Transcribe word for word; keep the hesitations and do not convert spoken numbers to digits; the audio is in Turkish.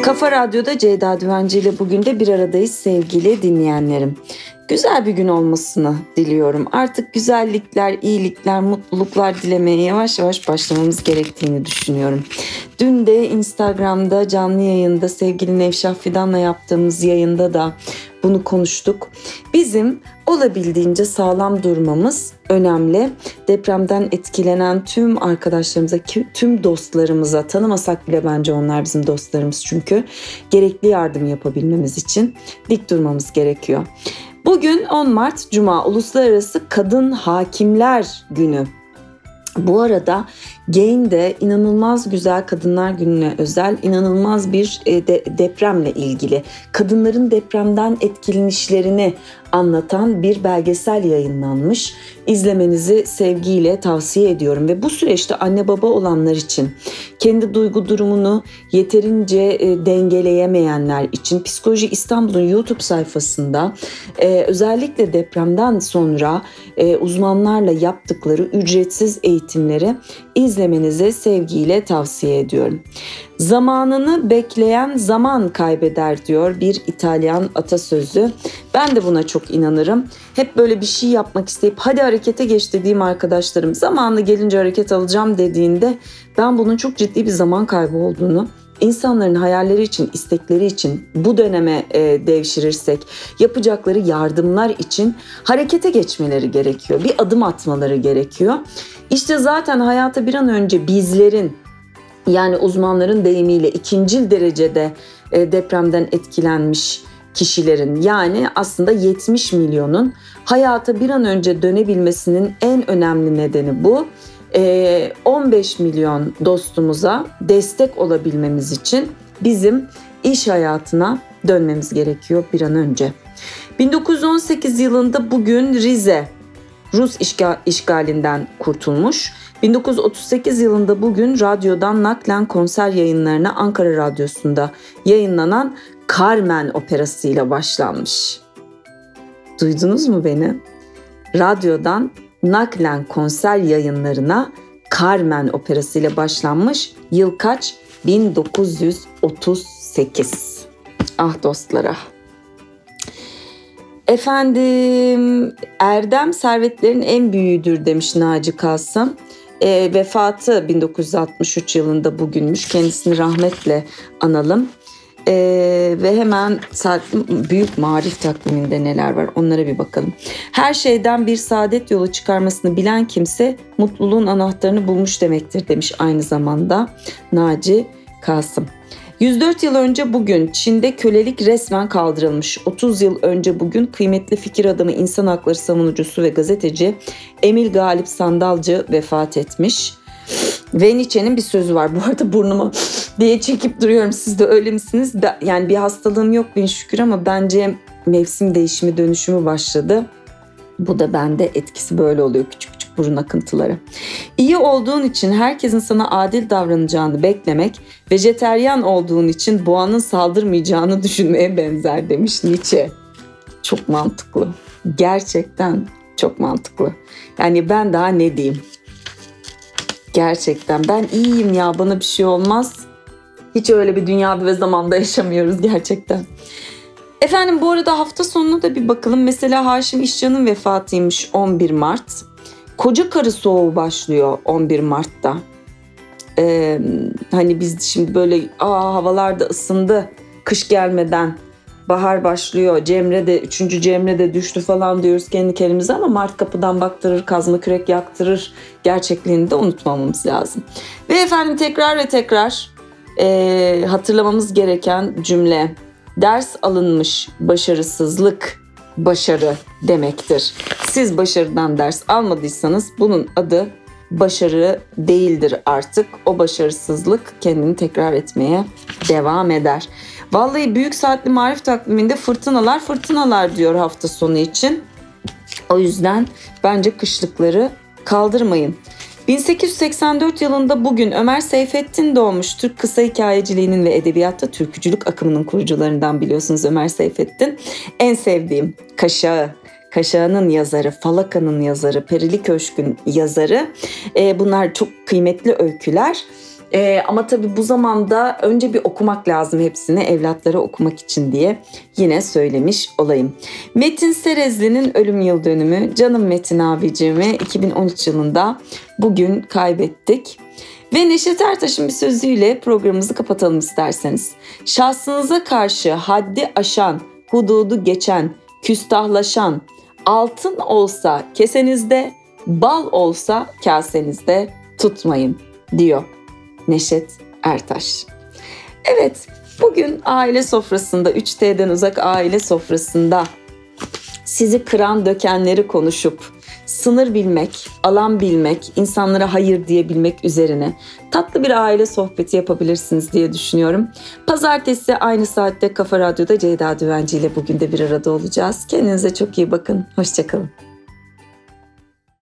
Kafa Radyo'da Ceyda Düvenci ile bugün de bir aradayız sevgili dinleyenlerim. Güzel bir gün olmasını diliyorum. Artık güzellikler, iyilikler, mutluluklar dilemeye yavaş yavaş başlamamız gerektiğini düşünüyorum. Dün de Instagram'da canlı yayında sevgili Nevşah Fidan'la yaptığımız yayında da bunu konuştuk. Bizim olabildiğince sağlam durmamız önemli. Depremden etkilenen tüm arkadaşlarımıza, tüm dostlarımıza, tanımasak bile bence onlar bizim dostlarımız çünkü gerekli yardım yapabilmemiz için dik durmamız gerekiyor. Bugün on Mart Cuma, Uluslararası Kadın Hakimler Günü. Bu arada G E Y'n'de inanılmaz güzel Kadınlar Günü'ne özel inanılmaz bir de, depremle ilgili kadınların depremden etkilenişlerini anlatan bir belgesel yayınlanmış. İzlemenizi sevgiyle tavsiye ediyorum ve bu süreçte anne baba olanlar için, kendi duygu durumunu yeterince e, dengeleyemeyenler için Psikoloji İstanbul'un YouTube sayfasında e, özellikle depremden sonra e, uzmanlarla yaptıkları ücretsiz eğitimleri izlemenizi sevgiyle tavsiye ediyorum. Zamanını bekleyen zaman kaybeder diyor bir İtalyan atasözü. Ben de buna çok inanırım. Hep böyle bir şey yapmak isteyip hadi harekete geç dediğim arkadaşlarım zamanı gelince hareket alacağım dediğinde ben bunun çok ciddi bir zaman kaybı olduğunu, İnsanların hayalleri için, istekleri için bu döneme e, devşirirsek yapacakları yardımlar için harekete geçmeleri gerekiyor. Bir adım atmaları gerekiyor. İşte zaten hayata bir an önce bizlerin, yani uzmanların deyimiyle ikincil derecede e, depremden etkilenmiş kişilerin, yani aslında yetmiş milyonun hayata bir an önce dönebilmesinin en önemli nedeni bu. on beş milyon dostumuza destek olabilmemiz için bizim iş hayatına dönmemiz gerekiyor bir an önce. bin dokuz yüz on sekiz yılında bugün Rize Rus işgalinden kurtulmuş. bin dokuz yüz otuz sekiz yılında bugün radyodan naklen konser yayınlarına Ankara Radyosu'nda yayınlanan Carmen operasıyla başlanmış. Duydunuz mu beni? Radyodan naklen konser yayınlarına Carmen operasıyla başlanmış. Yıl kaç? bin dokuz yüz otuz sekiz. Ah dostlara. Efendim, erdem servetlerin en büyüğüdür demiş Naci Kasım. E, vefatı bin dokuz yüz altmış üç yılında bugünmüş. Kendisini rahmetle analım. Ee, ve hemen büyük marif takviminde neler var onlara bir bakalım. Her şeyden bir saadet yolu çıkarmasını bilen kimse mutluluğun anahtarını bulmuş demektir demiş aynı zamanda Naci Kasım. yüz dört yıl önce bugün Çin'de kölelik resmen kaldırılmış. otuz yıl önce bugün kıymetli fikir adamı, insan hakları savunucusu ve gazeteci Emil Galip Sandalcı vefat etmiş. Ve Nietzsche'nin bir sözü var. Bu arada burnumu diye çekip duruyorum. Siz de öyle misiniz? Yani bir hastalığım yok bin şükür ama bence mevsim değişimi, dönüşümü başladı. Bu da bende etkisi böyle oluyor, küçük küçük burun akıntıları. İyi olduğun için herkesin sana adil davranacağını beklemek, vejeteryan olduğun için boğanın saldırmayacağını düşünmeye benzer demiş Nietzsche. Çok mantıklı. Gerçekten çok mantıklı. Yani ben daha ne diyeyim? Gerçekten ben iyiyim ya, bana bir şey olmaz. Hiç öyle bir dünyada ve zamanda yaşamıyoruz gerçekten. Efendim bu arada hafta sonuna da bir bakalım. Mesela Haşim İşcan'ın vefatıymış on bir Mart. Koca karı soğuğu başlıyor on bir Mart'ta. Ee, hani biz şimdi böyle aa havalar da ısındı kış gelmeden. Bahar başlıyor, Cemre de, üçüncü Cemre de düştü falan diyoruz kendi kendimize ama Mart kapıdan baktırır, kazma kürek yaktırır gerçekliğini de unutmamamız lazım. Ve efendim tekrar ve tekrar e, hatırlamamız gereken cümle, ders alınmış başarısızlık başarı demektir. Siz başarıdan ders almadıysanız bunun adı başarı değildir artık. O başarısızlık kendini tekrar etmeye devam eder. Vallahi büyük saatli marif takviminde fırtınalar fırtınalar diyor hafta sonu için. O yüzden bence kışlıkları kaldırmayın. bin sekiz yüz seksen dört yılında bugün Ömer Seyfettin doğmuş. Türk kısa hikayeciliğinin ve edebiyatta türkücülük akımının kurucularından biliyorsunuz Ömer Seyfettin. En sevdiğim Kaşağı. Kaşağı'nın yazarı, Falaka'nın yazarı, Perili Köşk'ün yazarı. E, bunlar çok kıymetli öyküler. Ee, ama tabii bu zamanda önce bir okumak lazım hepsini, evlatlara okumak için diye yine söylemiş olayım. Metin Serezli'nin ölüm yıl dönümü. Canım Metin abicimi iki bin on üç yılında bugün kaybettik. Ve Neşet Ertaş'ın bir sözüyle programımızı kapatalım isterseniz. Şahsınıza karşı haddi aşan, hududu geçen, küstahlaşan, altın olsa kesenizde, bal olsa kasenizde tutmayın diyor Neşet Ertaş. Evet, bugün aile sofrasında, üç T'den uzak aile sofrasında sizi kıran dökenleri konuşup sınır bilmek, alan bilmek, insanlara hayır diyebilmek üzerine tatlı bir aile sohbeti yapabilirsiniz diye düşünüyorum. Pazartesi aynı saatte Kafa Radyo'da Ceyda Düvenci ile bugün de bir arada olacağız. Kendinize çok iyi bakın. Hoşça kalın.